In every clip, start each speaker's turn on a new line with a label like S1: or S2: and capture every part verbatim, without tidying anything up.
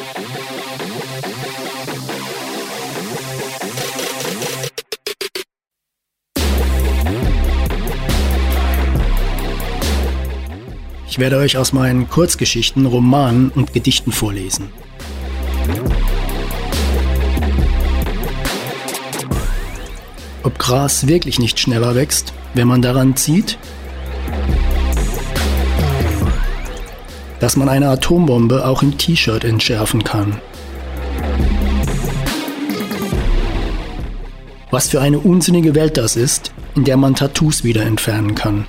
S1: Ich werde euch aus meinen Kurzgeschichten, Romanen und Gedichten vorlesen. Ob Gras wirklich nicht schneller wächst, wenn man daran zieht? Dass man eine Atombombe auch im T-Shirt entschärfen kann. Was für eine unsinnige Welt das ist, in der man Tattoos wieder entfernen kann.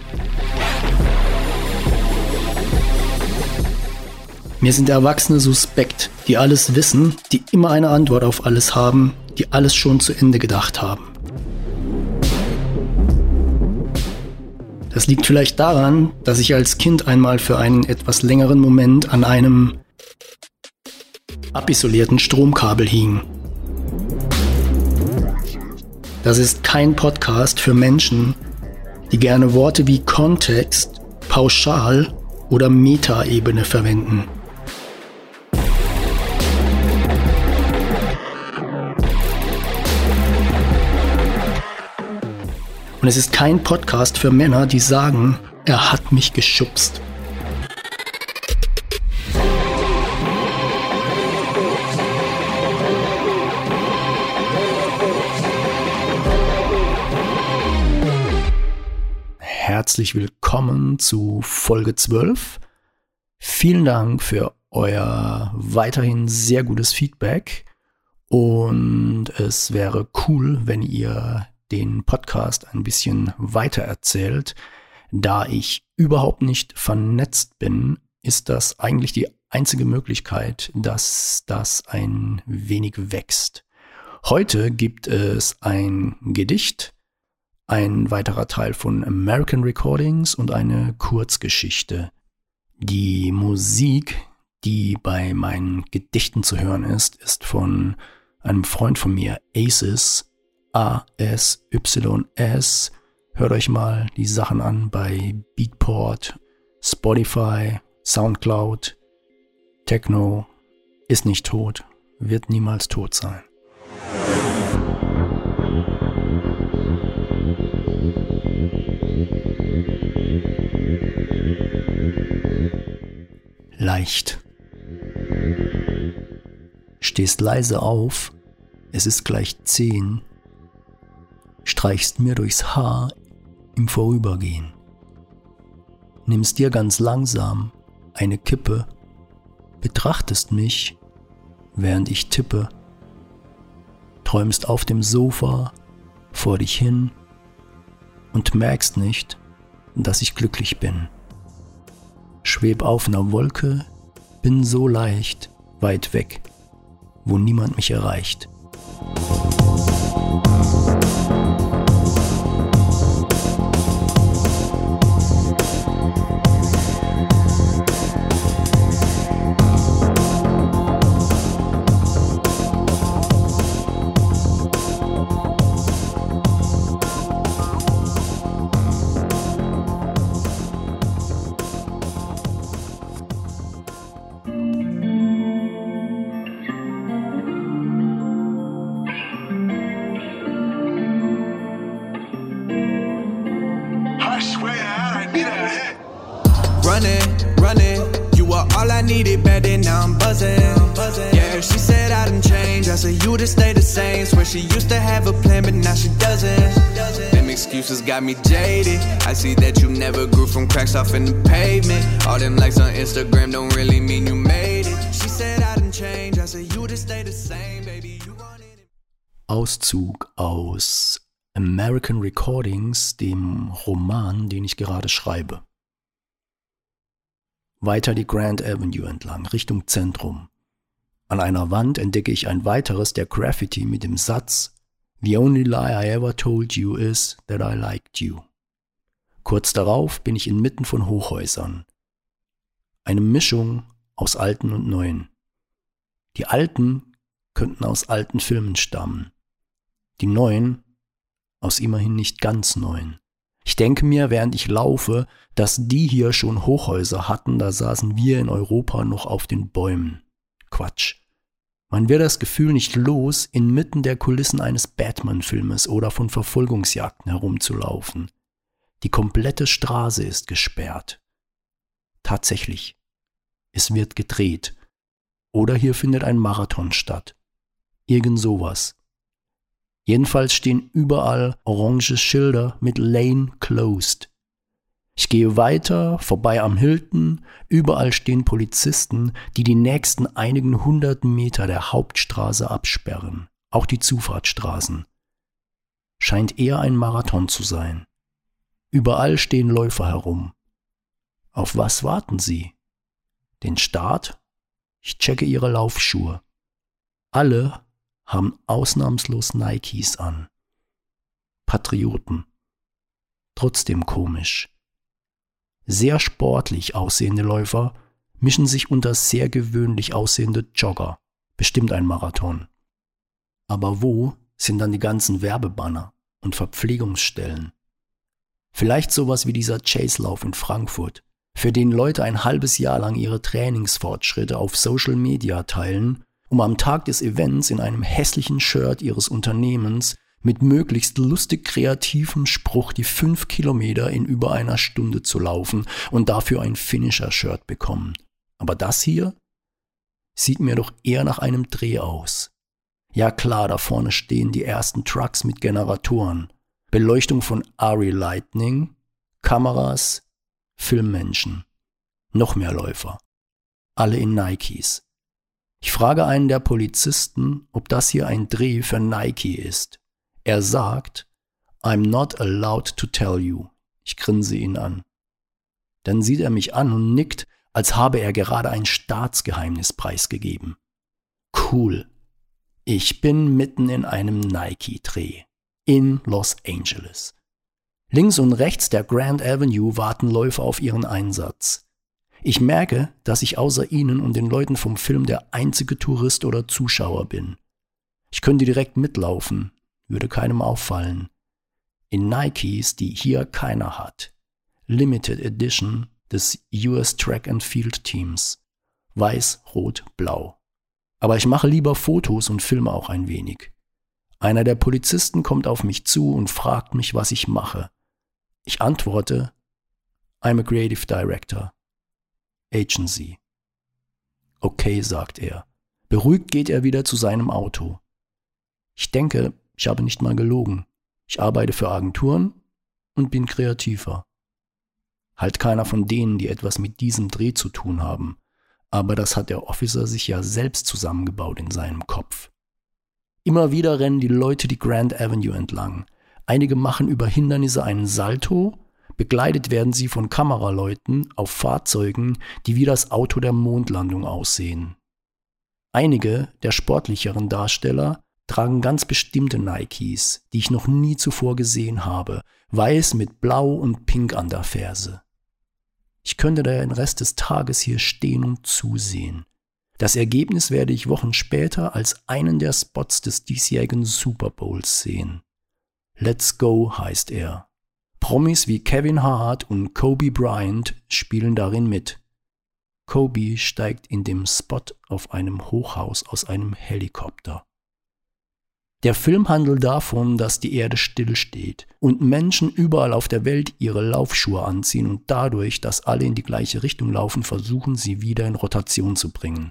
S1: Mir sind Erwachsene suspekt, die alles wissen, die immer eine Antwort auf alles haben, die alles schon zu Ende gedacht haben. Das liegt vielleicht daran, dass ich als Kind einmal für einen etwas längeren Moment an einem abisolierten Stromkabel hing. Das ist kein Podcast für Menschen, die gerne Worte wie Kontext, Pauschal oder Metaebene verwenden. Und es ist kein Podcast für Männer, die sagen, er hat mich geschubst. Herzlich willkommen zu Folge zwölf. Vielen Dank für euer weiterhin sehr gutes Feedback. Und es wäre cool, wenn ihr den Podcast ein bisschen weiter erzählt. Da ich überhaupt nicht vernetzt bin, ist das eigentlich die einzige Möglichkeit, dass das ein wenig wächst. Heute gibt es ein Gedicht, ein weiterer Teil von American Recordings und eine Kurzgeschichte. Die Musik, die bei meinen Gedichten zu hören ist, ist von einem Freund von mir, Aces, A S Y S. Hört euch mal die Sachen an bei Beatport, Spotify, Soundcloud. Techno ist nicht tot, wird niemals tot sein. Leicht. Stehst leise auf, es ist gleich zehn. Streichst mir durchs Haar im Vorübergehen. Nimmst dir ganz langsam eine Kippe, betrachtest mich, während ich tippe, träumst auf dem Sofa vor dich hin und merkst nicht, dass ich glücklich bin. Schweb auf einer Wolke, bin so leicht, weit weg, wo niemand mich erreicht.
S2: Running, running, you were all I needed back then, now I'm buzzing. Yeah, she said I done changed, I said you just stay the same. Swear she used to have a plan, but now she doesn't. Them excuses got me jaded. I see that you never grew from cracks off in the pavement. All them likes on Instagram don't really mean you made it. She said I done changed, I said you just stay the same, baby. You wanted it.
S1: Auszug aus American Recordings, dem Roman, den ich gerade schreibe. Weiter die Grand Avenue entlang, Richtung Zentrum. An einer Wand entdecke ich ein weiteres der Graffiti mit dem Satz "The only lie I ever told you is that I liked you." Kurz darauf bin ich inmitten von Hochhäusern. Eine Mischung aus alten und neuen. Die alten könnten aus alten Filmen stammen. Die neuen aus immerhin nicht ganz neuen. Ich denke mir, während ich laufe, dass die hier schon Hochhäuser hatten, da saßen wir in Europa noch auf den Bäumen. Quatsch. Man wird das Gefühl nicht los, inmitten der Kulissen eines Batman-Filmes oder von Verfolgungsjagden herumzulaufen. Die komplette Straße ist gesperrt. Tatsächlich. Es wird gedreht. Oder hier findet ein Marathon statt. Irgend sowas. Jedenfalls stehen überall orange Schilder mit Lane Closed. Ich gehe weiter, vorbei am Hilton, überall stehen Polizisten, die die nächsten einigen hundert Meter der Hauptstraße absperren, auch die Zufahrtsstraßen. Scheint eher ein Marathon zu sein. Überall stehen Läufer herum. Auf was warten sie? Den Start? Ich checke ihre Laufschuhe. Alle haben ausnahmslos Nikes an. Patrioten. Trotzdem komisch. Sehr sportlich aussehende Läufer mischen sich unter sehr gewöhnlich aussehende Jogger. Bestimmt ein Marathon. Aber wo sind dann die ganzen Werbebanner und Verpflegungsstellen? Vielleicht sowas wie dieser Chase-Lauf in Frankfurt, für den Leute ein halbes Jahr lang ihre Trainingsfortschritte auf Social Media teilen, um am Tag des Events in einem hässlichen Shirt ihres Unternehmens mit möglichst lustig kreativem Spruch die fünf Kilometer in über einer Stunde zu laufen und dafür ein Finisher-Shirt bekommen. Aber das hier sieht mir doch eher nach einem Dreh aus. Ja klar, da vorne stehen die ersten Trucks mit Generatoren, Beleuchtung von Ari Lightning, Kameras, Filmmenschen, noch mehr Läufer, alle in Nikes. Ich frage einen der Polizisten, ob das hier ein Dreh für Nike ist. Er sagt, I'm not allowed to tell you. Ich grinse ihn an. Dann sieht er mich an und nickt, als habe er gerade ein Staatsgeheimnis preisgegeben. Cool. Ich bin mitten in einem Nike-Dreh. In Los Angeles. Links und rechts der Grand Avenue warten Läufer auf ihren Einsatz. Ich merke, dass ich außer ihnen und den Leuten vom Film der einzige Tourist oder Zuschauer bin. Ich könnte direkt mitlaufen. Würde keinem auffallen. In Nikes, die hier keiner hat. Limited Edition des U S Track and Field Teams. Weiß, rot, blau. Aber ich mache lieber Fotos und filme auch ein wenig. Einer der Polizisten kommt auf mich zu und fragt mich, was ich mache. Ich antworte, I'm a Creative Director. Agency. Okay, sagt er. Beruhigt geht er wieder zu seinem Auto. Ich denke, ich habe nicht mal gelogen. Ich arbeite für Agenturen und bin Kreativer. Halt keiner von denen, die etwas mit diesem Dreh zu tun haben. Aber das hat der Officer sich ja selbst zusammengebaut in seinem Kopf. Immer wieder rennen die Leute die Grand Avenue entlang. Einige machen über Hindernisse einen Salto, begleitet werden sie von Kameraleuten auf Fahrzeugen, die wie das Auto der Mondlandung aussehen. Einige der sportlicheren Darsteller tragen ganz bestimmte Nikes, die ich noch nie zuvor gesehen habe, weiß mit Blau und Pink an der Ferse. Ich könnte den Rest des Tages hier stehen und zusehen. Das Ergebnis werde ich Wochen später als einen der Spots des diesjährigen Super Bowls sehen. Let's Go heißt er. Promis wie Kevin Hart und Kobe Bryant spielen darin mit. Kobe steigt in dem Spot auf einem Hochhaus aus einem Helikopter. Der Film handelt davon, dass die Erde stillsteht und Menschen überall auf der Welt ihre Laufschuhe anziehen und dadurch, dass alle in die gleiche Richtung laufen, versuchen, sie wieder in Rotation zu bringen.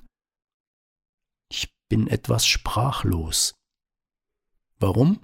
S1: Ich bin etwas sprachlos. Warum?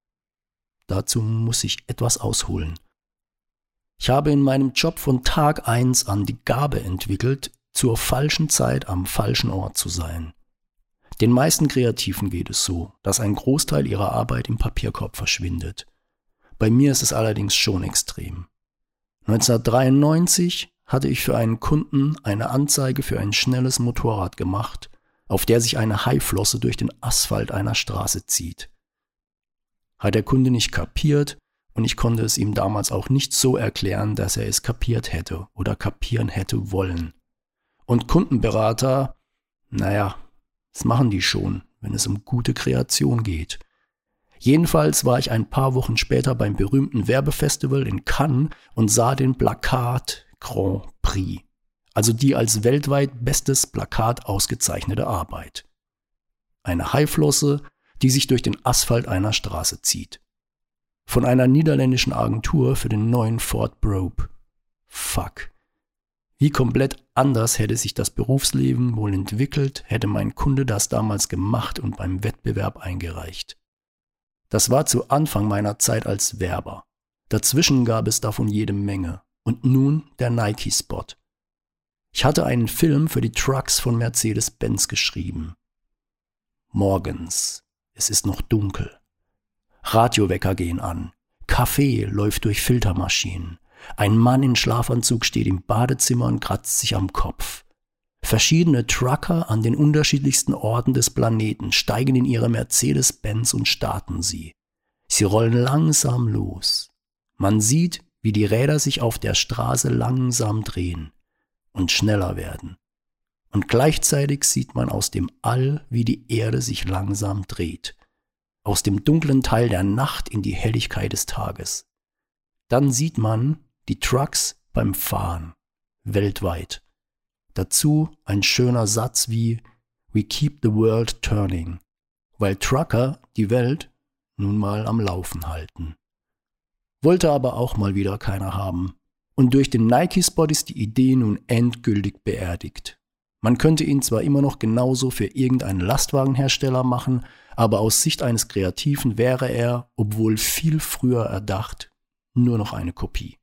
S1: Dazu muss ich etwas ausholen. Ich habe in meinem Job von Tag eins an die Gabe entwickelt, zur falschen Zeit am falschen Ort zu sein. Den meisten Kreativen geht es so, dass ein Großteil ihrer Arbeit im Papierkorb verschwindet. Bei mir ist es allerdings schon extrem. neunzehnhundertdreiundneunzig hatte ich für einen Kunden eine Anzeige für ein schnelles Motorrad gemacht, auf der sich eine Haiflosse durch den Asphalt einer Straße zieht. Hat der Kunde nicht kapiert und ich konnte es ihm damals auch nicht so erklären, dass er es kapiert hätte oder kapieren hätte wollen. Und Kundenberater, naja, das machen die schon, wenn es um gute Kreation geht. Jedenfalls war ich ein paar Wochen später beim berühmten Werbefestival in Cannes und sah den Plakat Grand Prix. also die als weltweit bestes Plakat ausgezeichnete Arbeit. Eine Haiflosse, die sich durch den Asphalt einer Straße zieht. Von einer niederländischen Agentur für den neuen Ford Probe. Fuck. Wie komplett anders hätte sich das Berufsleben wohl entwickelt, hätte mein Kunde das damals gemacht und beim Wettbewerb eingereicht. Das war zu Anfang meiner Zeit als Werber. Dazwischen gab es davon jede Menge. Und nun der Nike-Spot. Ich hatte einen Film für die Trucks von Mercedes-Benz geschrieben. Morgens, es ist noch dunkel. Radiowecker gehen an. Kaffee läuft durch Filtermaschinen. Ein Mann in Schlafanzug steht im Badezimmer und kratzt sich am Kopf. Verschiedene Trucker an den unterschiedlichsten Orten des Planeten steigen in ihre Mercedes-Benz und starten sie. Sie rollen langsam los. Man sieht, wie die Räder sich auf der Straße langsam drehen und schneller werden. Und gleichzeitig sieht man aus dem All, wie die Erde sich langsam dreht. Aus dem dunklen Teil der Nacht in die Helligkeit des Tages. Dann sieht man die Trucks beim Fahren, weltweit. Dazu ein schöner Satz wie "We keep the world turning", weil Trucker die Welt nun mal am Laufen halten. Wollte aber auch mal wieder keiner haben. Und durch den Nike-Spot ist die Idee nun endgültig beerdigt. Man könnte ihn zwar immer noch genauso für irgendeinen Lastwagenhersteller machen, aber aus Sicht eines Kreativen wäre er, obwohl viel früher erdacht, nur noch eine Kopie.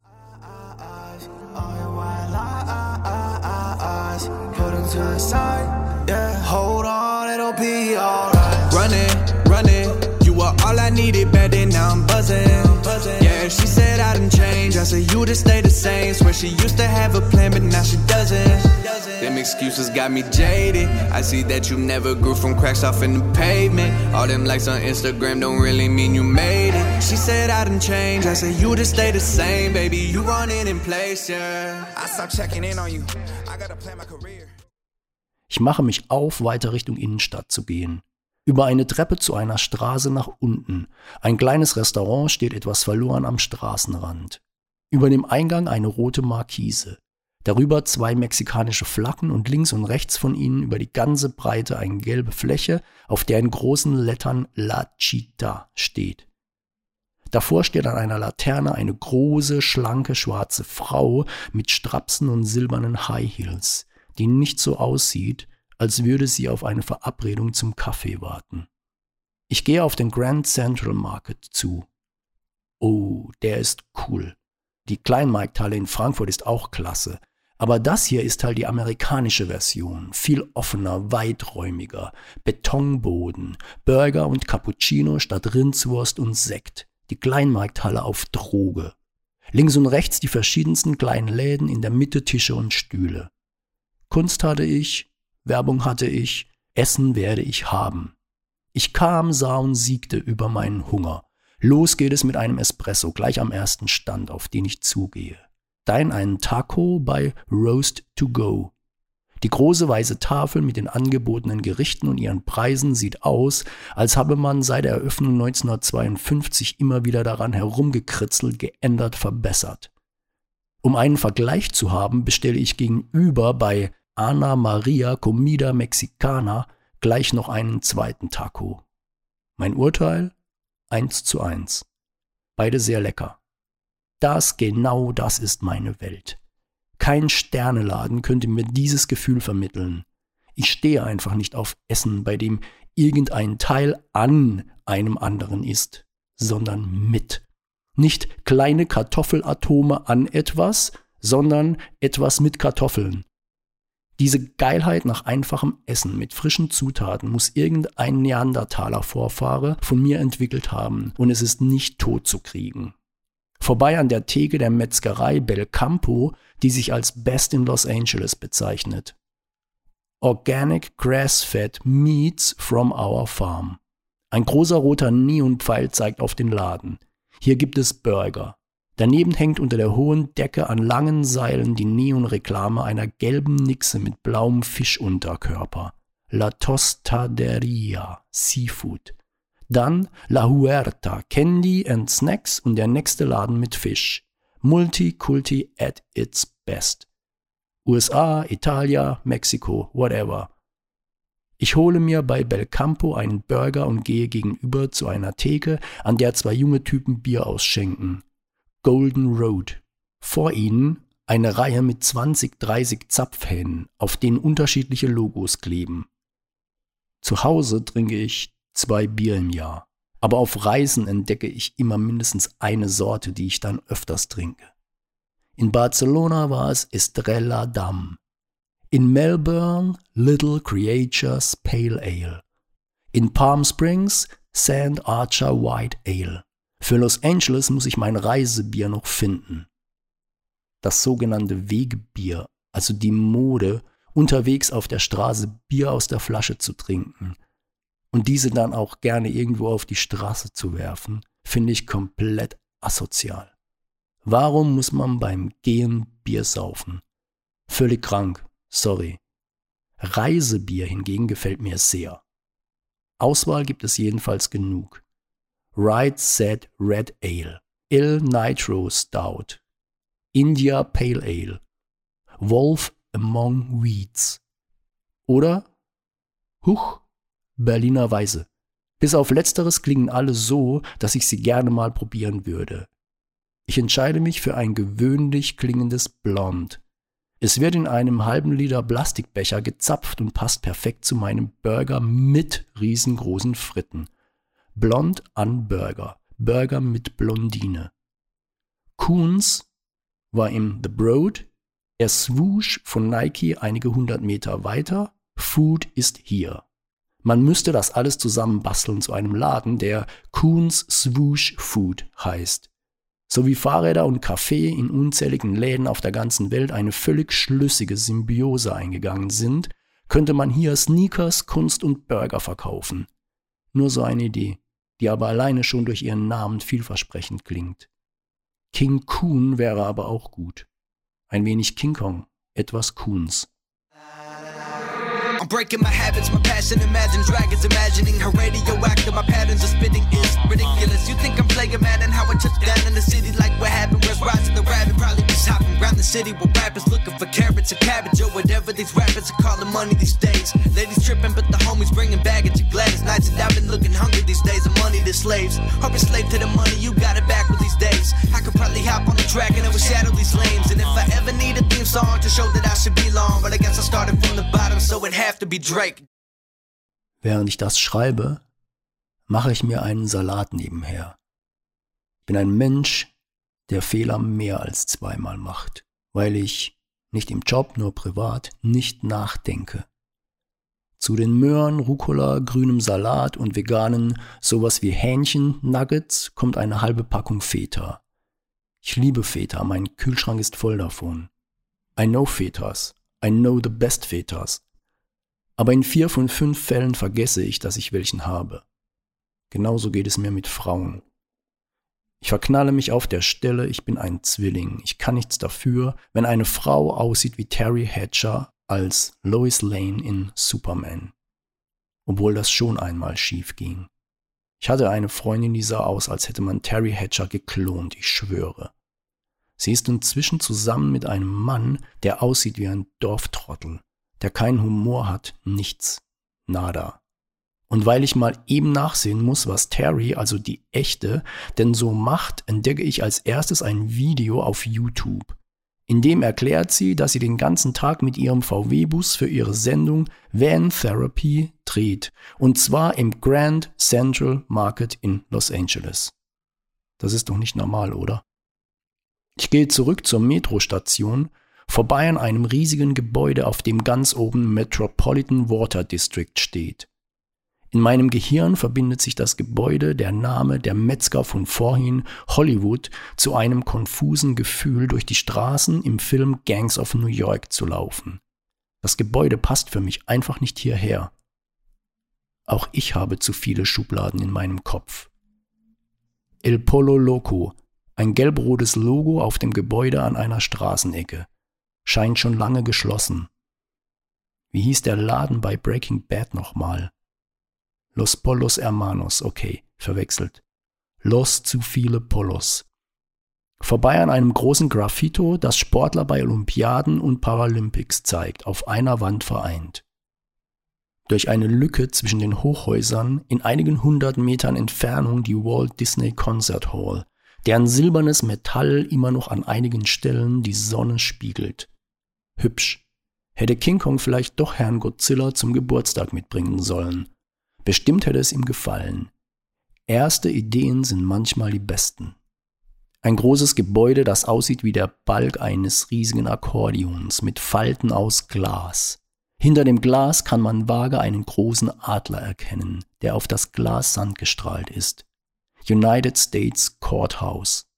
S2: All I needed back then, now I'm buzzing. Yeah, she said I didn't change. I said you just stay the same. Swear she used to have a plan, but now she doesn't. Them excuses got me jaded. I see that you never grew from cracks off in the pavement. All them likes on Instagram don't really mean you made it. She said I didn't change. I said you just stay the same, baby. You running in place, yeah. I stopped checking in on you. I gotta plan my career.
S1: Ich mache mich auf, weiter Richtung Innenstadt zu gehen. Über eine Treppe zu einer Straße nach unten. Ein kleines Restaurant steht etwas verloren am Straßenrand. Über dem Eingang eine rote Markise. Darüber zwei mexikanische Flaggen und links und rechts von ihnen über die ganze Breite eine gelbe Fläche, auf der in großen Lettern La Chita steht. Davor steht an einer Laterne eine große, schlanke, schwarze Frau mit Strapsen und silbernen High Heels, die nicht so aussieht, als würde sie auf eine Verabredung zum Kaffee warten. Ich gehe auf den Grand Central Market zu. Oh, der ist cool. Die Kleinmarkthalle in Frankfurt ist auch klasse. Aber das hier ist halt die amerikanische Version. Viel offener, weiträumiger. Betonboden, Burger und Cappuccino statt Rindswurst und Sekt. Die Kleinmarkthalle auf Droge. Links und rechts die verschiedensten kleinen Läden, in der Mitte Tische und Stühle. Kunst hatte ich, Werbung hatte ich, Essen werde ich haben. Ich kam, sah und siegte über meinen Hunger. Los geht es mit einem Espresso, gleich am ersten Stand, auf den ich zugehe. Dann einen Taco bei Roast to Go. Die große weiße Tafel mit den angebotenen Gerichten und ihren Preisen sieht aus, als habe man seit der Eröffnung neunzehnhundertzweiundfünfzig immer wieder daran herumgekritzelt, geändert, verbessert. Um einen Vergleich zu haben, bestelle ich gegenüber bei Ana Maria Comida Mexicana gleich noch einen zweiten Taco. Mein Urteil? Eins zu eins. Beide sehr lecker. Das, genau das ist meine Welt. Kein Sterneladen könnte mir dieses Gefühl vermitteln. Ich stehe einfach nicht auf Essen, bei dem irgendein Teil an einem anderen ist, sondern mit. Nicht kleine Kartoffelatome an etwas, sondern etwas mit Kartoffeln. Diese Geilheit nach einfachem Essen mit frischen Zutaten muss irgendein Neandertaler-Vorfahre von mir entwickelt haben und es ist nicht tot zu kriegen. Vorbei an der Theke der Metzgerei Belcampo, die sich als Best in Los Angeles bezeichnet. Organic Grass-Fed Meats from our farm. Ein großer roter Neonpfeil zeigt auf den Laden. Hier gibt es Burger. Daneben hängt unter der hohen Decke an langen Seilen die Neonreklame einer gelben Nixe mit blauem Fischunterkörper. La Tostaderia, Seafood. Dann La Huerta, Candy and Snacks und der nächste Laden mit Fisch. Multikulti at its best. U S A, Italia, Mexiko, whatever. Ich hole mir bei Belcampo einen Burger und gehe gegenüber zu einer Theke, an der zwei junge Typen Bier ausschenken. Golden Road. Vor ihnen eine Reihe mit zwanzig, dreißig Zapfhähnen, auf denen unterschiedliche Logos kleben. Zu Hause trinke ich zwei Bier im Jahr, aber auf Reisen entdecke ich immer mindestens eine Sorte, die ich dann öfters trinke. In Barcelona war es Estrella Damm. In Melbourne Little Creatures Pale Ale. In Palm Springs Sand Archer White Ale. Für Los Angeles muss ich mein Reisebier noch finden. Das sogenannte Wegebier, also die Mode, unterwegs auf der Straße Bier aus der Flasche zu trinken und diese dann auch gerne irgendwo auf die Straße zu werfen, finde ich komplett asozial. Warum muss man beim Gehen Bier saufen? Völlig krank, sorry. Reisebier hingegen gefällt mir sehr. Auswahl gibt es jedenfalls genug. Right Said Red Ale, Il Nitro Stout, India Pale Ale, Wolf Among Weeds oder, huch, Berliner Weisse. Bis auf letzteres klingen alle so, dass ich sie gerne mal probieren würde. Ich entscheide mich für ein gewöhnlich klingendes Blond. Es wird in einem halben Liter Plastikbecher gezapft und passt perfekt zu meinem Burger mit riesengroßen Fritten. Blond an Burger, Burger mit Blondine. Coons war im The Broad, er Swoosh von Nike einige hundert Meter weiter, Food ist hier. Man müsste das alles zusammen basteln zu einem Laden, der Coons Swoosh Food heißt. So wie Fahrräder und Kaffee in unzähligen Läden auf der ganzen Welt eine völlig schlüssige Symbiose eingegangen sind, könnte man hier Sneakers, Kunst und Burger verkaufen. Nur so eine Idee, die aber alleine schon durch ihren Namen vielversprechend klingt. King Coon wäre aber auch gut. Ein wenig King Kong, etwas Coons.
S2: I'm breaking my habits, my passion, imagine dragons, imagining her radioactive, my patterns of spitting is ridiculous. You think I'm playing mad and how I touch down in the city like what happened, where's rising the rabbit, probably just hopping around the city with rappers looking for carrots or cabbage or whatever these rappers are calling money these days. Ladies tripping but the homies bringing baggage and Gladys nights and I've been looking hungry these days of money to slaves. Hope a slave to the money, you got it back with these days. I could probably hop on the track and overshadow these lames. And if I ever need a theme song to show that I should be long, but I guess I started from the bottom so it have to be Drake.
S1: Während ich das schreibe, mache ich mir einen Salat nebenher. Ich bin ein Mensch, der Fehler mehr als zweimal macht, weil ich, nicht im Job, nur privat, nicht nachdenke. Zu den Möhren, Rucola, grünem Salat und veganen sowas wie Hähnchen-Nuggets kommt eine halbe Packung Feta. Ich liebe Feta, mein Kühlschrank ist voll davon. I know Fetas, I know the best Fetas. Aber in vier von fünf Fällen vergesse ich, dass ich welchen habe. Genauso geht es mir mit Frauen. Ich verknalle mich auf der Stelle, ich bin ein Zwilling. Ich kann nichts dafür, wenn eine Frau aussieht wie Terry Hatcher als Lois Lane in Superman. Obwohl das schon einmal schief ging. Ich hatte eine Freundin, die sah aus, als hätte man Terry Hatcher geklont, ich schwöre. Sie ist inzwischen zusammen mit einem Mann, der aussieht wie ein Dorftrottel. Der keinen Humor hat, nichts, nada. Und weil ich mal eben nachsehen muss, was Terry, also die echte, denn so macht, entdecke ich als erstes ein Video auf YouTube. In dem erklärt sie, dass sie den ganzen Tag mit ihrem V W-Bus für ihre Sendung Van Therapy dreht. Und zwar im Grand Central Market in Los Angeles. Das ist doch nicht normal, oder? Ich gehe zurück zur Metrostation, vorbei an einem riesigen Gebäude, auf dem ganz oben Metropolitan Water District steht. In meinem Gehirn verbindet sich das Gebäude, der Name, der Metzger von vorhin, Hollywood, zu einem konfusen Gefühl, durch die Straßen im Film Gangs of New York zu laufen. Das Gebäude passt für mich einfach nicht hierher. Auch ich habe zu viele Schubladen in meinem Kopf. El Pollo Loco, ein gelb-rotes Logo auf dem Gebäude an einer Straßenecke. Scheint schon lange geschlossen. Wie hieß der Laden bei Breaking Bad nochmal? Los Pollos Hermanos, okay, verwechselt. Los zu viele Polos. Vorbei an einem großen Graffito, das Sportler bei Olympiaden und Paralympics zeigt, auf einer Wand vereint. Durch eine Lücke zwischen den Hochhäusern in einigen hundert Metern Entfernung die Walt Disney Concert Hall, deren silbernes Metall immer noch an einigen Stellen die Sonne spiegelt. Hübsch. Hätte King Kong vielleicht doch Herrn Godzilla zum Geburtstag mitbringen sollen. Bestimmt hätte es ihm gefallen. Erste Ideen sind manchmal die besten. Ein großes Gebäude, das aussieht wie der Balg eines riesigen Akkordeons mit Falten aus Glas. Hinter dem Glas kann man vage einen großen Adler erkennen, der auf das Glas sandgestrahlt ist. United States Courthouse.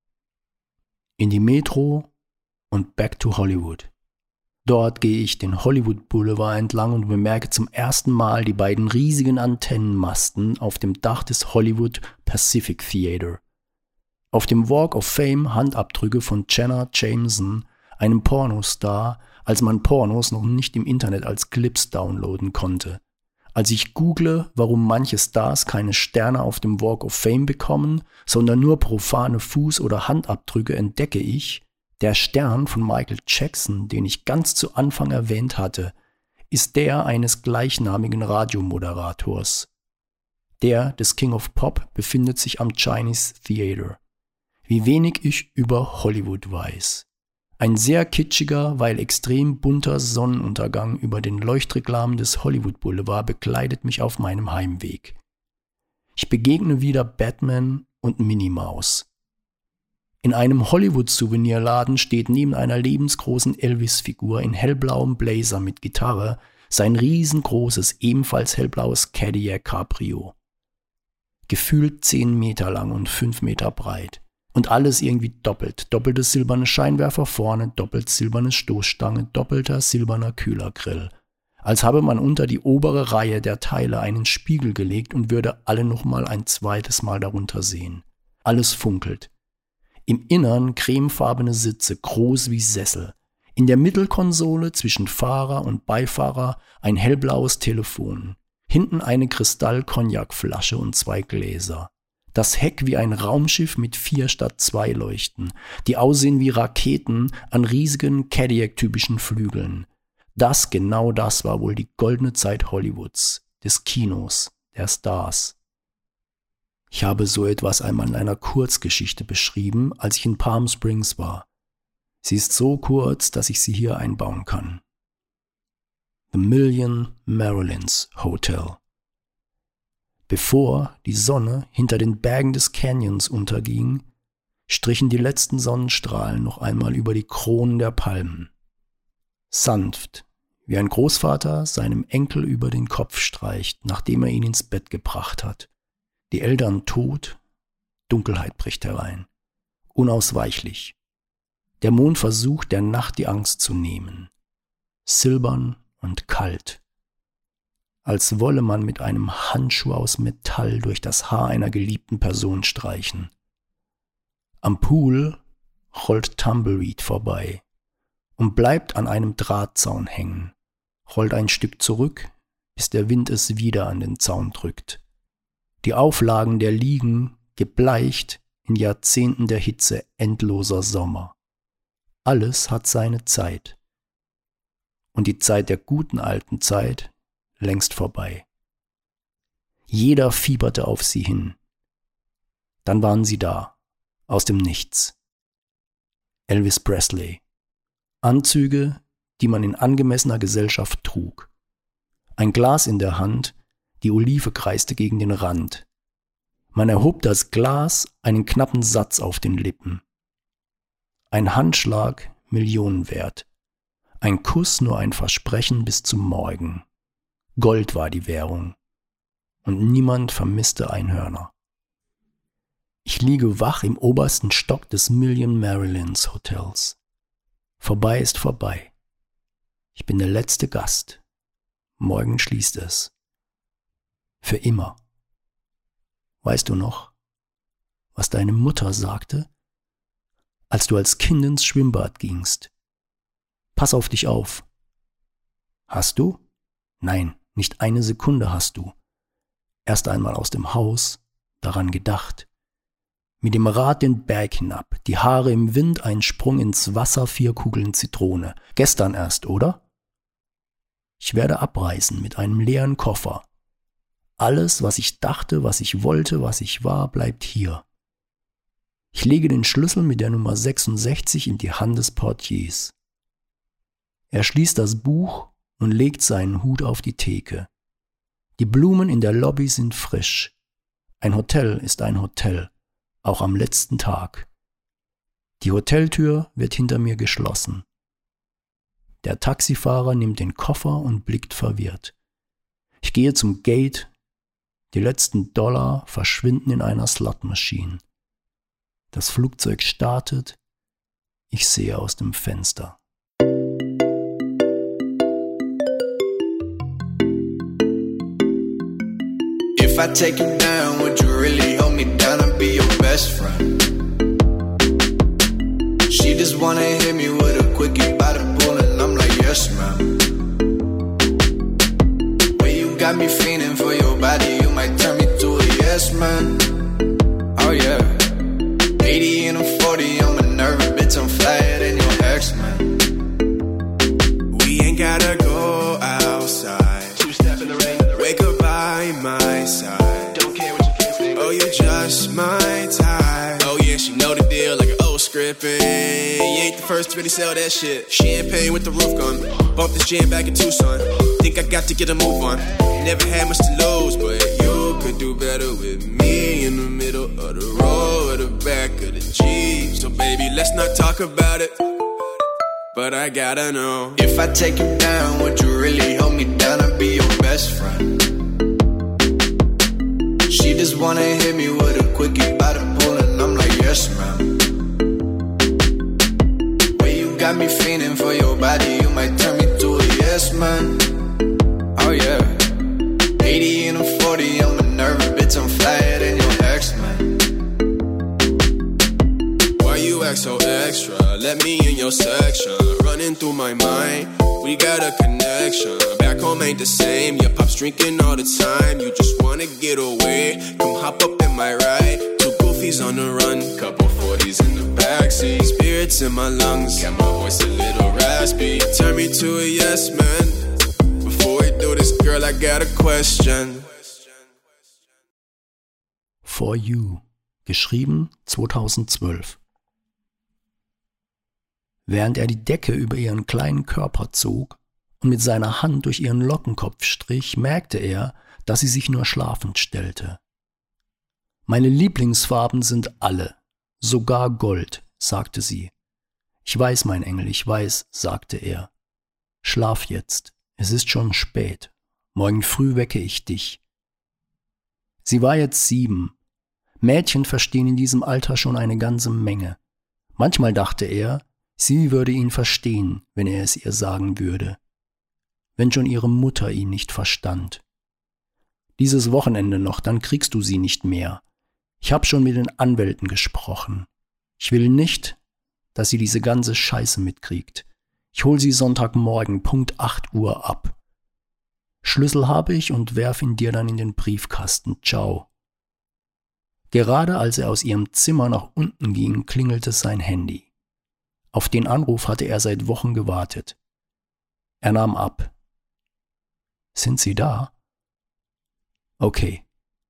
S1: In die Metro und back to Hollywood. Dort gehe ich den Hollywood Boulevard entlang und bemerke zum ersten Mal die beiden riesigen Antennenmasten auf dem Dach des Hollywood Pacific Theater. Auf dem Walk of Fame Handabdrücke von Jenna Jameson, einem Pornostar, als man Pornos noch nicht im Internet als Clips downloaden konnte. Als ich google, warum manche Stars keine Sterne auf dem Walk of Fame bekommen, sondern nur profane Fuß- oder Handabdrücke, entdecke ich, der Stern von Michael Jackson, den ich ganz zu Anfang erwähnt hatte, ist der eines gleichnamigen Radiomoderators. Der des King of Pop befindet sich am Chinese Theater. Wie wenig ich über Hollywood weiß. Ein sehr kitschiger, weil extrem bunter Sonnenuntergang über den Leuchtreklamen des Hollywood Boulevard begleitet mich auf meinem Heimweg. Ich begegne wieder Batman und Minnie Maus. In einem Hollywood-Souvenirladen steht neben einer lebensgroßen Elvis-Figur in hellblauem Blazer mit Gitarre sein riesengroßes, ebenfalls hellblaues Cadillac Cabrio. Gefühlt zehn Meter lang und fünf Meter breit. Und alles irgendwie doppelt. Doppelte silberne Scheinwerfer vorne, doppelt silberne Stoßstange, doppelter silberner Kühlergrill. Als habe man unter die obere Reihe der Teile einen Spiegel gelegt und würde alle nochmal ein zweites Mal darunter sehen. Alles funkelt. Im Innern cremefarbene Sitze, groß wie Sessel. In der Mittelkonsole zwischen Fahrer und Beifahrer ein hellblaues Telefon. Hinten eine Kristall-Cognac-Flasche und zwei Gläser. Das Heck wie ein Raumschiff mit vier statt zwei Leuchten, die aussehen wie Raketen an riesigen Cadillac-typischen Flügeln. Das, genau das war wohl die goldene Zeit Hollywoods, des Kinos, der Stars. Ich habe so etwas einmal in einer Kurzgeschichte beschrieben, als ich in Palm Springs war. Sie ist so kurz, dass ich sie hier einbauen kann. The Million Marilyns Hotel. Bevor die Sonne hinter den Bergen des Canyons unterging, strichen die letzten Sonnenstrahlen noch einmal über die Kronen der Palmen. Sanft, wie ein Großvater seinem Enkel über den Kopf streicht, nachdem er ihn ins Bett gebracht hat. Die Eltern tot, Dunkelheit bricht herein. Unausweichlich. Der Mond versucht, der Nacht die Angst zu nehmen. Silbern und kalt. Als wolle man mit einem Handschuh aus Metall durch das Haar einer geliebten Person streichen. Am Pool rollt Tumbleweed vorbei und bleibt an einem Drahtzaun hängen, rollt ein Stück zurück, bis der Wind es wieder an den Zaun drückt. Die Auflagen der Liegen gebleicht in Jahrzehnten der Hitze endloser Sommer. Alles hat seine Zeit. Und die Zeit der guten alten Zeit längst vorbei. Jeder fieberte auf sie hin. Dann waren sie da, aus dem Nichts. Elvis Presley. Anzüge, die man in angemessener Gesellschaft trug. Ein Glas in der Hand, die Olive kreiste gegen den Rand. Man erhob das Glas, einen knappen Satz auf den Lippen. Ein Handschlag, Millionen wert. Ein Kuss nur ein Versprechen bis zum Morgen. Gold war die Währung. Und niemand vermisste Einhörner. Ich liege wach im obersten Stock des Million Marilyns Hotels. Vorbei ist vorbei. Ich bin der letzte Gast. Morgen schließt es. Für immer. Weißt du noch, was deine Mutter sagte, als du als Kind ins Schwimmbad gingst? Pass auf dich auf. Hast du? Nein, nicht eine Sekunde hast du. Erst einmal aus dem Haus, daran gedacht. Mit dem Rad den Berg hinab, die Haare im Wind, ein Sprung ins Wasser, vier Kugeln Zitrone. Gestern erst, oder? Ich werde abreisen mit einem leeren Koffer. Alles, was ich dachte, was ich wollte, was ich war, bleibt hier. Ich lege den Schlüssel mit der Nummer sechsundsechzig in die Hand des Portiers. Er schließt das Buch und legt seinen Hut auf die Theke. Die Blumen in der Lobby sind frisch. Ein Hotel ist ein Hotel, auch am letzten Tag. Die Hoteltür wird hinter mir geschlossen. Der Taxifahrer nimmt den Koffer und blickt verwirrt. Ich gehe zum Gate. Die letzten Dollar verschwinden in einer Slot-Maschine. Das Flugzeug startet. Ich sehe aus dem Fenster.
S2: If I take you down, would you really hold me down and be your best friend? She just wanna hit me with a quickie by the pool and I'm like, yes, ma'am. Way you got me feeling for your body, you might turn me to a yes, man. Oh yeah. eighty and I'm forty, I'm a nervous bitch, I'm flyer than your ex, man. We ain't gotta go outside. Two step in the rain. Wake up by my side. Don't care what your friends think. Oh, you're just my type. Oh yeah, she know the deal like an old script. And you ain't the first to really sell that shit. Champagne with the roof gone. Bump this jam back in Tucson. Think I got to get a move on. Never had much to lose, but you could do better with me in the middle of the road or the back of the Jeep. So baby, let's not talk about it. But I gotta know, if I take you down, would you really hold me down and be your best friend? She just wanna hit me with a quickie by the pool and I'm like, yes, ma'am. Way you got me feeling for your body, you might turn me to a yes, man. Oh yeah. eighty and I'm forty, I'm a nervous bitch, I'm flyer than your ex, man. Why you act so extra? Let me in your section. Running through my mind, we got a connection. Back home ain't the same, your pop's drinking all the time. You just wanna get away, come hop up in my ride. Two goofies on the run, couple forties in the backseat. Spirits in my lungs, got my voice a little raspy. Turn me to a yes man. Before we do this, girl, I got a question.
S1: For You, geschrieben zweitausendzwölf. Während er die Decke über ihren kleinen Körper zog und mit seiner Hand durch ihren Lockenkopf strich, merkte er, dass sie sich nur schlafend stellte. »Meine Lieblingsfarben sind alle, sogar Gold«, sagte sie. »Ich weiß, mein Engel, ich weiß«, sagte er. »Schlaf jetzt, es ist schon spät. Morgen früh wecke ich dich.« Sie war jetzt sieben. Mädchen verstehen in diesem Alter schon eine ganze Menge. Manchmal dachte er, sie würde ihn verstehen, wenn er es ihr sagen würde. Wenn schon ihre Mutter ihn nicht verstand. Dieses Wochenende noch, dann kriegst du sie nicht mehr. Ich habe schon mit den Anwälten gesprochen. Ich will nicht, dass sie diese ganze Scheiße mitkriegt. Ich hol sie Sonntagmorgen, Punkt acht Uhr ab. Schlüssel habe ich und werf ihn dir dann in den Briefkasten. Ciao. Gerade als er aus ihrem Zimmer nach unten ging, klingelte sein Handy. Auf den Anruf hatte er seit Wochen gewartet. Er nahm ab. »Sind Sie da?« »Okay.«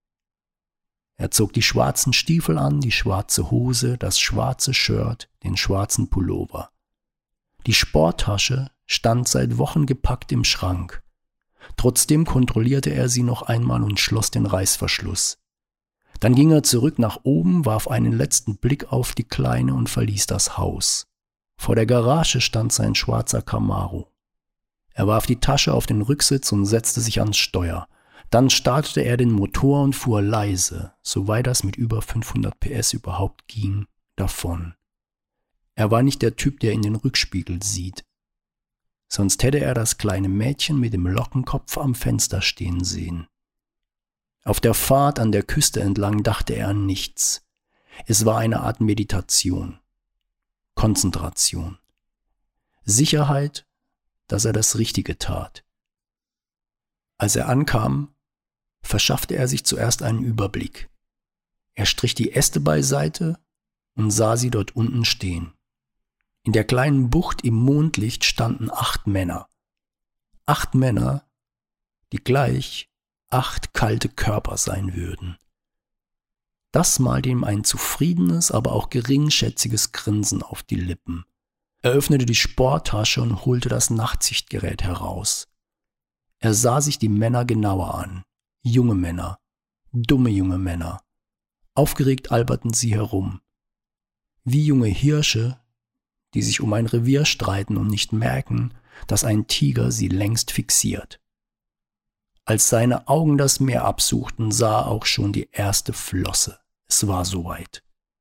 S1: Er zog die schwarzen Stiefel an, die schwarze Hose, das schwarze Shirt, den schwarzen Pullover. Die Sporttasche stand seit Wochen gepackt im Schrank. Trotzdem kontrollierte er sie noch einmal und schloss den Reißverschluss. Dann ging er zurück nach oben, warf einen letzten Blick auf die Kleine und verließ das Haus. Vor der Garage stand sein schwarzer Camaro. Er warf die Tasche auf den Rücksitz und setzte sich ans Steuer. Dann startete er den Motor und fuhr leise, soweit das mit über fünfhundert P S überhaupt ging, davon. Er war nicht der Typ, der in den Rückspiegel sieht. Sonst hätte er das kleine Mädchen mit dem Lockenkopf am Fenster stehen sehen. Auf der Fahrt an der Küste entlang dachte er an nichts. Es war eine Art Meditation. Konzentration. Sicherheit, dass er das Richtige tat. Als er ankam, verschaffte er sich zuerst einen Überblick. Er strich die Äste beiseite und sah sie dort unten stehen. In der kleinen Bucht im Mondlicht standen acht Männer. Acht Männer, die gleich acht kalte Körper sein würden. Das malte ihm ein zufriedenes, aber auch geringschätziges Grinsen auf die Lippen. Er öffnete die Sporttasche und holte das Nachtsichtgerät heraus. Er sah sich die Männer genauer an. Junge Männer, dumme junge Männer. Aufgeregt alberten sie herum. Wie junge Hirsche, die sich um ein Revier streiten und nicht merken, dass ein Tiger sie längst fixiert. Als seine Augen das Meer absuchten, sah er auch schon die erste Flosse. Es war soweit.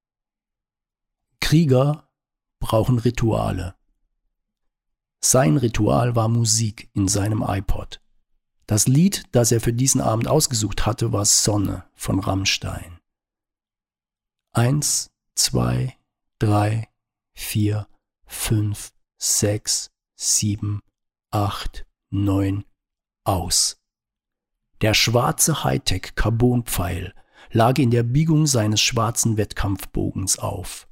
S1: Krieger brauchen Rituale. Sein Ritual war Musik in seinem iPod. Das Lied, das er für diesen Abend ausgesucht hatte, war Sonne von Rammstein. Eins, zwei, drei, vier, fünf, sechs, sieben, acht, neun, aus. Der schwarze Hightech-Carbonpfeil lag in der Biegung seines schwarzen Wettkampfbogens auf.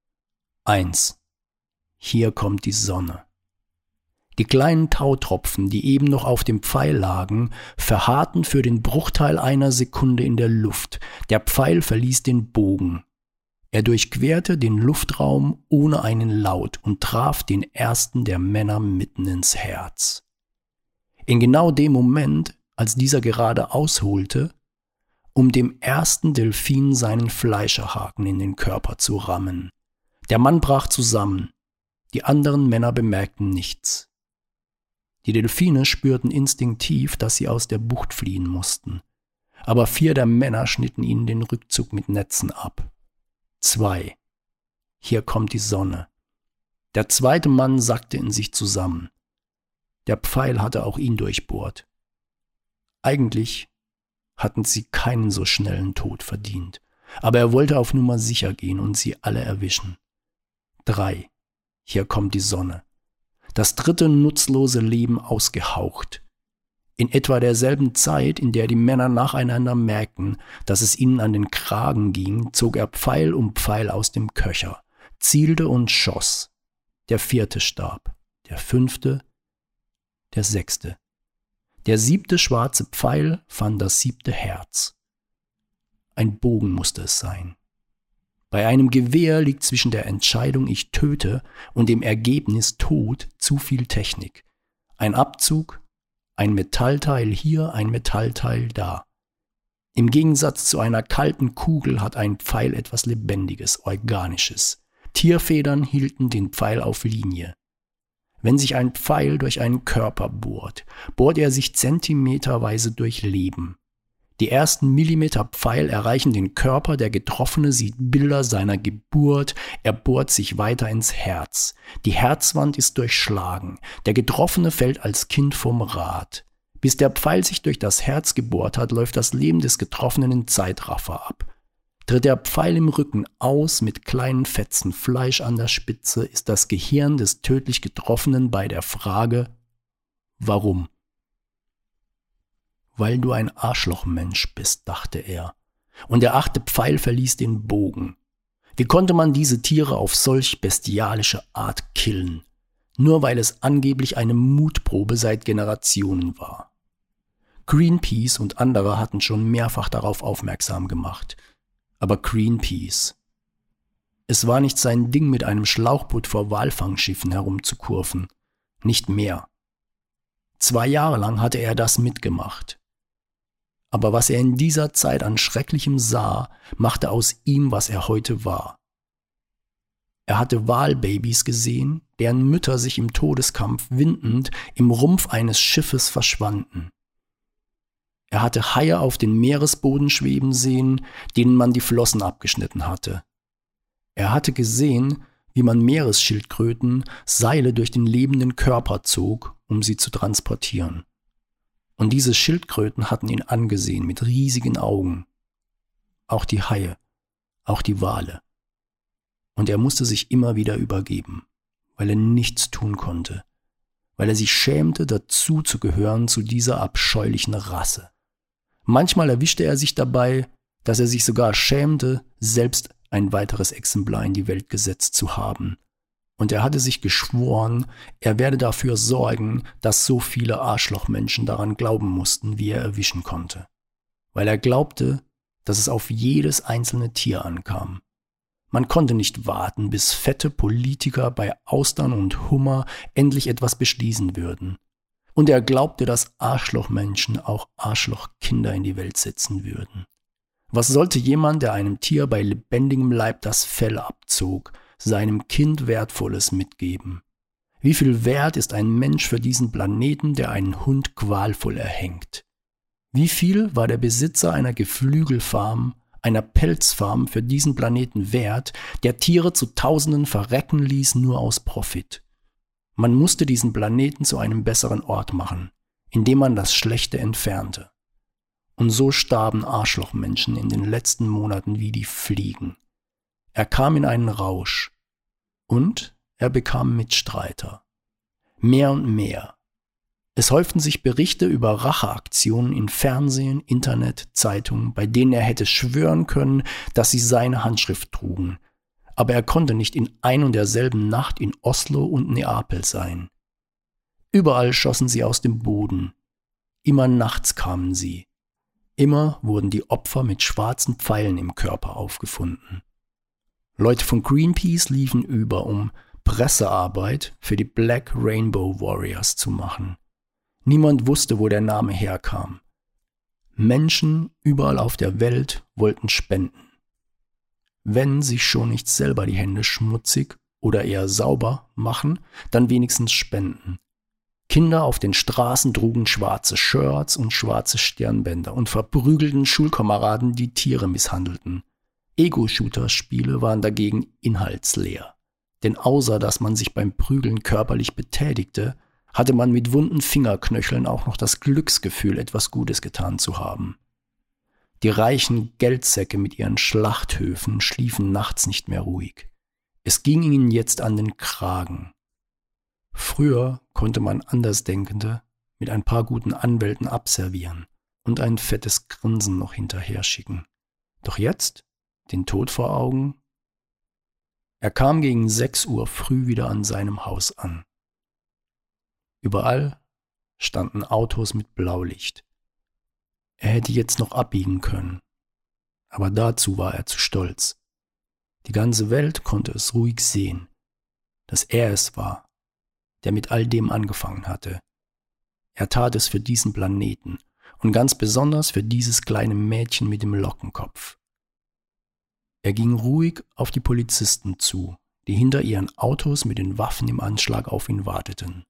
S1: Eins. Hier kommt die Sonne. Die kleinen Tautropfen, die eben noch auf dem Pfeil lagen, verharrten für den Bruchteil einer Sekunde in der Luft. Der Pfeil verließ den Bogen. Er durchquerte den Luftraum ohne einen Laut und traf den ersten der Männer mitten ins Herz. In genau dem Moment, als dieser gerade ausholte, um dem ersten Delfin seinen Fleischerhaken in den Körper zu rammen. Der Mann brach zusammen. Die anderen Männer bemerkten nichts. Die Delfine spürten instinktiv, dass sie aus der Bucht fliehen mussten. Aber vier der Männer schnitten ihnen den Rückzug mit Netzen ab. Zwei. Hier kommt die Sonne. Der zweite Mann sackte in sich zusammen. Der Pfeil hatte auch ihn durchbohrt. Eigentlich hatten sie keinen so schnellen Tod verdient, aber er wollte auf Nummer sicher gehen und sie alle erwischen. Drei. Hier kommt die Sonne. Das dritte nutzlose Leben ausgehaucht. In etwa derselben Zeit, in der die Männer nacheinander merkten, dass es ihnen an den Kragen ging, zog er Pfeil um Pfeil aus dem Köcher, zielte und schoss. Der vierte starb, der fünfte, der sechste. Der siebte schwarze Pfeil fand das siebte Herz. Ein Bogen musste es sein. Bei einem Gewehr liegt zwischen der Entscheidung, ich töte, und dem Ergebnis Tod zu viel Technik. Ein Abzug, ein Metallteil hier, ein Metallteil da. Im Gegensatz zu einer kalten Kugel hat ein Pfeil etwas Lebendiges, Organisches. Tierfedern hielten den Pfeil auf Linie. Wenn sich ein Pfeil durch einen Körper bohrt, bohrt er sich zentimeterweise durch Leben. Die ersten Millimeter Pfeil erreichen den Körper, der Getroffene sieht Bilder seiner Geburt, er bohrt sich weiter ins Herz. Die Herzwand ist durchschlagen, der Getroffene fällt als Kind vom Rad. Bis der Pfeil sich durch das Herz gebohrt hat, läuft das Leben des Getroffenen in Zeitraffer ab. Tritt der Pfeil im Rücken aus mit kleinen Fetzen Fleisch an der Spitze, ist das Gehirn des tödlich Getroffenen bei der Frage, warum? Weil du ein Arschlochmensch bist, dachte er. Und der achte Pfeil verließ den Bogen. Wie konnte man diese Tiere auf solch bestialische Art killen? Nur weil es angeblich eine Mutprobe seit Generationen war. Greenpeace und andere hatten schon mehrfach darauf aufmerksam gemacht. Aber Greenpeace. Es war nicht sein Ding, mit einem Schlauchboot vor Walfangschiffen herumzukurven. Nicht mehr. Zwei Jahre lang hatte er das mitgemacht. Aber was er in dieser Zeit an Schrecklichem sah, machte aus ihm, was er heute war. Er hatte Walbabys gesehen, deren Mütter sich im Todeskampf windend im Rumpf eines Schiffes verschwanden. Er hatte Haie auf den Meeresboden schweben sehen, denen man die Flossen abgeschnitten hatte. Er hatte gesehen, wie man Meeresschildkröten Seile durch den lebenden Körper zog, um sie zu transportieren. Und diese Schildkröten hatten ihn angesehen mit riesigen Augen. Auch die Haie, auch die Wale. Und er musste sich immer wieder übergeben, weil er nichts tun konnte, weil er sich schämte, dazu zu gehören zu dieser abscheulichen Rasse. Manchmal erwischte er sich dabei, dass er sich sogar schämte, selbst ein weiteres Exemplar in die Welt gesetzt zu haben. Und er hatte sich geschworen, er werde dafür sorgen, dass so viele Arschlochmenschen daran glauben mussten, wie er erwischen konnte. Weil er glaubte, dass es auf jedes einzelne Tier ankam. Man konnte nicht warten, bis fette Politiker bei Austern und Hummer endlich etwas beschließen würden. Und er glaubte, dass Arschlochmenschen auch Arschlochkinder in die Welt setzen würden. Was sollte jemand, der einem Tier bei lebendigem Leib das Fell abzog, seinem Kind Wertvolles mitgeben? Wie viel wert ist ein Mensch für diesen Planeten, der einen Hund qualvoll erhängt? Wie viel war der Besitzer einer Geflügelfarm, einer Pelzfarm für diesen Planeten wert, der Tiere zu Tausenden verrecken ließ, nur aus Profit? Man musste diesen Planeten zu einem besseren Ort machen, indem man das Schlechte entfernte. Und so starben Arschlochmenschen in den letzten Monaten wie die Fliegen. Er kam in einen Rausch. Und er bekam Mitstreiter. Mehr und mehr. Es häuften sich Berichte über Racheaktionen in Fernsehen, Internet, Zeitungen, bei denen er hätte schwören können, dass sie seine Handschrift trugen. Aber er konnte nicht in ein und derselben Nacht in Oslo und Neapel sein. Überall schossen sie aus dem Boden. Immer nachts kamen sie. Immer wurden die Opfer mit schwarzen Pfeilen im Körper aufgefunden. Leute von Greenpeace liefen über, um Pressearbeit für die Black Rainbow Warriors zu machen. Niemand wusste, wo der Name herkam. Menschen überall auf der Welt wollten spenden. Wenn sich schon nicht selber die Hände schmutzig oder eher sauber machen, dann wenigstens spenden. Kinder auf den Straßen trugen schwarze Shirts und schwarze Stirnbänder und verprügelten Schulkameraden, die Tiere misshandelten. Ego-Shooter-Spiele waren dagegen inhaltsleer. Denn außer dass man sich beim Prügeln körperlich betätigte, hatte man mit wunden Fingerknöcheln auch noch das Glücksgefühl, etwas Gutes getan zu haben. Die reichen Geldsäcke mit ihren Schlachthöfen schliefen nachts nicht mehr ruhig. Es ging ihnen jetzt an den Kragen. Früher konnte man Andersdenkende mit ein paar guten Anwälten abservieren und ein fettes Grinsen noch hinterher schicken. Doch jetzt, den Tod vor Augen? Er kam gegen sechs Uhr früh wieder an seinem Haus an. Überall standen Autos mit Blaulicht. Er hätte jetzt noch abbiegen können, aber dazu war er zu stolz. Die ganze Welt konnte es ruhig sehen, dass er es war, der mit all dem angefangen hatte. Er tat es für diesen Planeten und ganz besonders für dieses kleine Mädchen mit dem Lockenkopf. Er ging ruhig auf die Polizisten zu, die hinter ihren Autos mit den Waffen im Anschlag auf ihn warteten.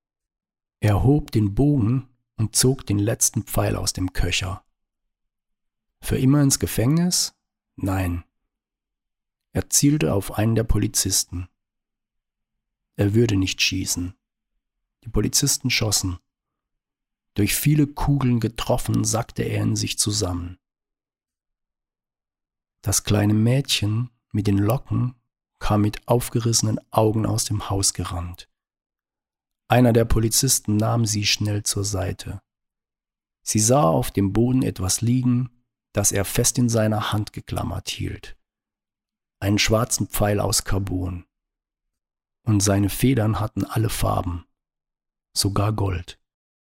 S1: Er hob den Bogen und zog den letzten Pfeil aus dem Köcher. Für immer ins Gefängnis? Nein. Er zielte auf einen der Polizisten. Er würde nicht schießen. Die Polizisten schossen. Durch viele Kugeln getroffen, sackte er in sich zusammen. Das kleine Mädchen mit den Locken kam mit aufgerissenen Augen aus dem Haus gerannt. Einer der Polizisten nahm sie schnell zur Seite. Sie sah auf dem Boden etwas liegen, das er fest in seiner Hand geklammert hielt. Einen schwarzen Pfeil aus Carbon. Und seine Federn hatten alle Farben, sogar Gold.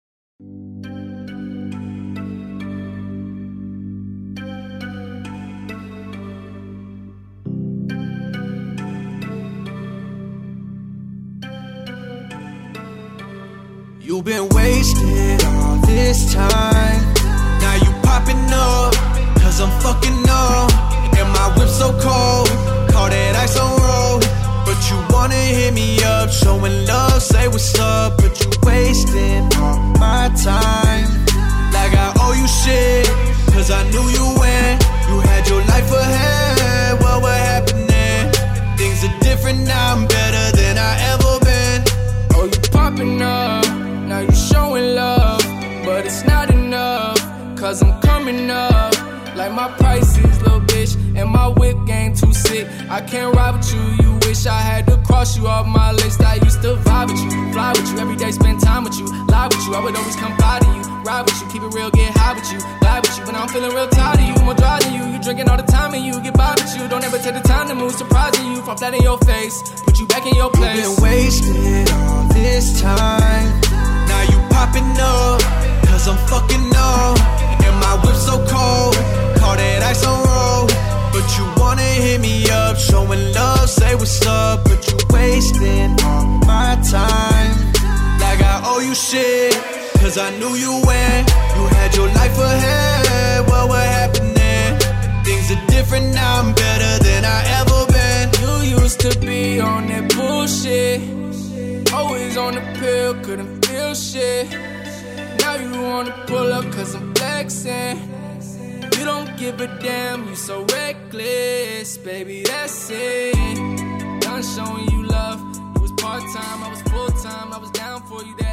S2: You've been wasted all this time. Now you popping up, cause I'm fucking up. And my whip so cold, call that ice on road. But you wanna hit me up, showing love, say what's up. But you wasting all my time. Like I owe you shit, cause I knew you when you had your life ahead. What was happening? Things are different now, I'm better than I ever been. Oh, you popping up, now you showing love. But it's not enough, cause I'm coming up. Like my prices, little bitch, and my whip game too sick. I can't ride with you, you wish I had to cross you off my list. I used to vibe with you, fly with you, every day spend time with you, lie with you, I would always come by to you, ride with you, keep it real, get high with you, lie with you, when I'm feeling real tired of you, more dry than you, you working all the time and you get by with you. Don't ever take the time to move, surprising you, fall flat in your face, put you back in your place. You've been wasted all this time. Now you popping up, cause I'm fucking up. And my whip so cold, call that ice on roll. But you wanna hit me up, showing love, say what's up. But you wasting all my time, like I owe you shit. Cause I knew you when you had your life ahead. What was happening? Things are different now, I'm better than I ever been. You used to be on that bullshit, always on the pill, couldn't feel shit. Now you wanna pull up cause I'm flexing. You don't give a damn, you so reckless. Baby, that's it. Done showing you love. You was part-time, I was full-time. I was down for you.